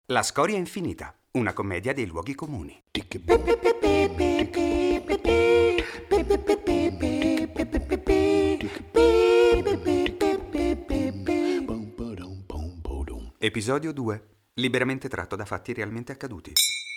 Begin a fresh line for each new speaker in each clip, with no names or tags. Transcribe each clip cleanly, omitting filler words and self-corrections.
La Scoria Infinita, una commedia dei luoghi comuni. Episodio 2. Liberamente tratto da fatti realmente accaduti.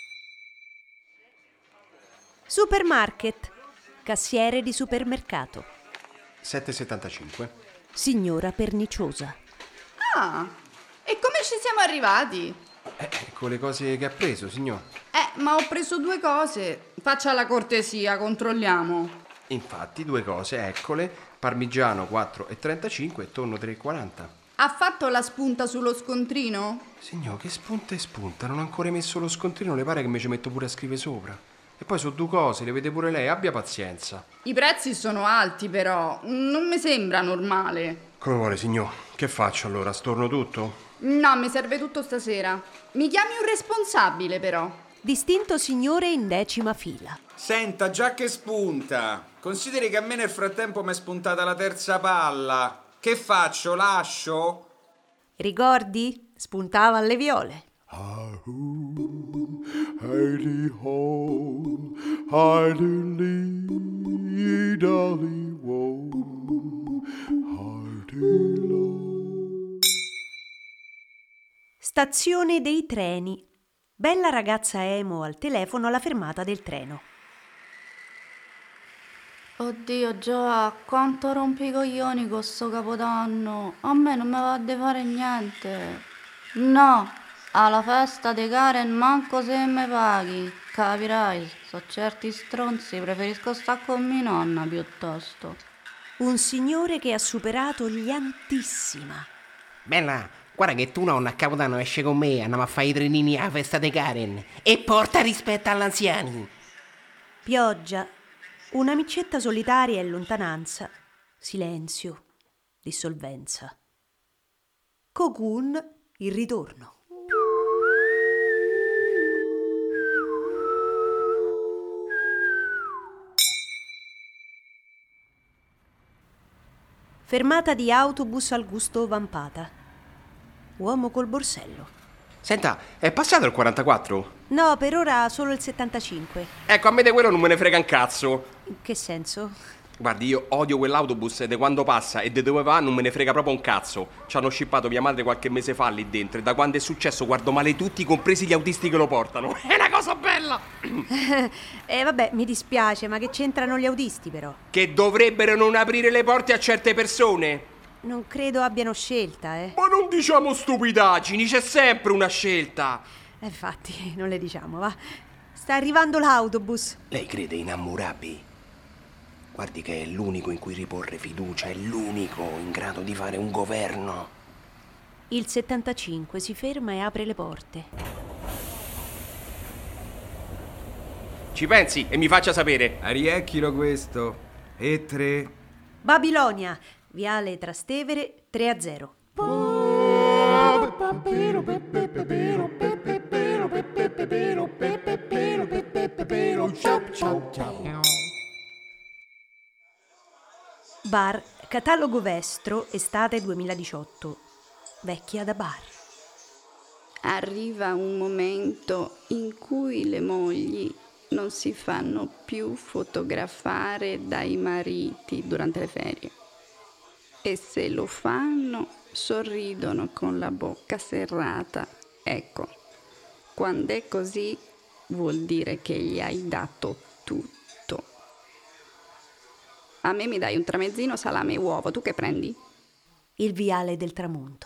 Supermarket. Cassiere di supermercato.
7,75.
Signora perniciosa.
Ah, e come ci siamo arrivati?
Con le cose che ha preso, signor.
Ma ho preso 2 cose. Faccia la cortesia, controlliamo.
Infatti, 2 cose, eccole. Parmigiano 4,35 e tonno 3,40.
Ha fatto la spunta sullo scontrino?
Signor, che spunta e spunta? Non ho ancora messo lo scontrino, le pare che mi ci metto pure a scrivere sopra? E poi sono 2 cose, le vede pure lei, abbia pazienza.
I prezzi sono alti però, non mi sembra normale.
Come vuole, signor? Che faccio allora? Storno tutto?
No, mi serve tutto stasera. Mi chiami un responsabile però.
Distinto signore in 10ª fila.
Senta, già che spunta. Consideri che a me nel frattempo mi è spuntata la terza palla. Che faccio? Lascio?
Ricordi? Spuntava alle viole.
Heidi ho, Heidi lee, dolly wo, Heidi lo.
Stazione dei treni. Bella ragazza emo al telefono alla fermata del treno.
Oddio Gioa, quanto rompi i coglioni con sto capodanno. A me non mi va di fare niente. No, alla festa di Karen manco se me paghi. Capirai, so certi stronzi, preferisco stare con mia nonna piuttosto.
Un signore che ha superato gli antissima.
Bella, guarda che tu nonna a Capodanno esce con me, andiamo a fare i trenini alla festa di Karen e porta rispetto all'anziani.
Pioggia. Un'amicetta solitaria in lontananza. Silenzio. Dissolvenza. Cocoon, il ritorno. Fermata di autobus al Gusto Vampata. Uomo col borsello.
Senta, è passato il 44?
No, per ora solo il 75.
Ecco, a me di quello non me ne frega un cazzo.
In che senso?
Guardi, io odio quell'autobus e di quando passa e di dove va non me ne frega proprio un cazzo. Ci hanno scippato mia madre qualche mese fa lì dentro e da quando è successo guardo male tutti, compresi gli autisti che lo portano. È una cosa bella!
Vabbè, mi dispiace, ma che c'entrano gli autisti però?
Che dovrebbero non aprire le porte a certe persone.
Non credo abbiano scelta,
Ma non diciamo stupidaggini, c'è sempre una scelta.
Infatti, non le diciamo, va. Sta arrivando l'autobus.
Lei crede in Hammurabi? Guardi che è l'unico in cui riporre fiducia, è l'unico in grado di fare un governo.
Il 75 si ferma e apre le porte.
Ci pensi e mi faccia sapere.
Ariecchilo questo. E 3.
Babilonia, Viale Trastevere 3-0. Bar, catalogo Vestro, estate 2018. Vecchia da bar.
Arriva un momento in cui le mogli non si fanno più fotografare dai mariti durante le ferie. E se lo fanno, sorridono con la bocca serrata. Ecco, quando è così, vuol dire che gli hai dato tutto. A me mi dai un tramezzino, salame e uovo, tu che prendi?
Il Viale del Tramonto.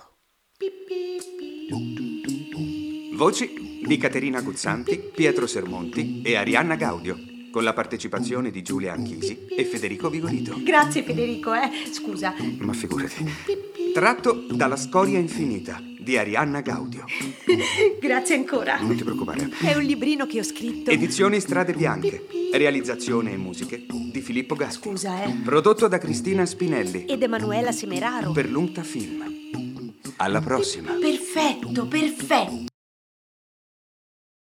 Voci di Caterina Guzzanti, Pietro Sermonti e Arianna Gaudio, con la partecipazione di Giulia Anchisi e Federico Vigorito.
Grazie Federico, scusa.
Ma figurati. Tratto dalla Scoria Infinita di Arianna Gaudio.
Grazie ancora.
Non ti preoccupare.
È un librino che ho scritto.
Edizioni Strade Bianche. Realizzazione e musiche di Filippo Gatti.
Scusa,
Prodotto da Cristina Spinelli.
Ed Emanuela Semeraro.
Per l'Unta Film. Alla prossima.
Perfetto, perfetto.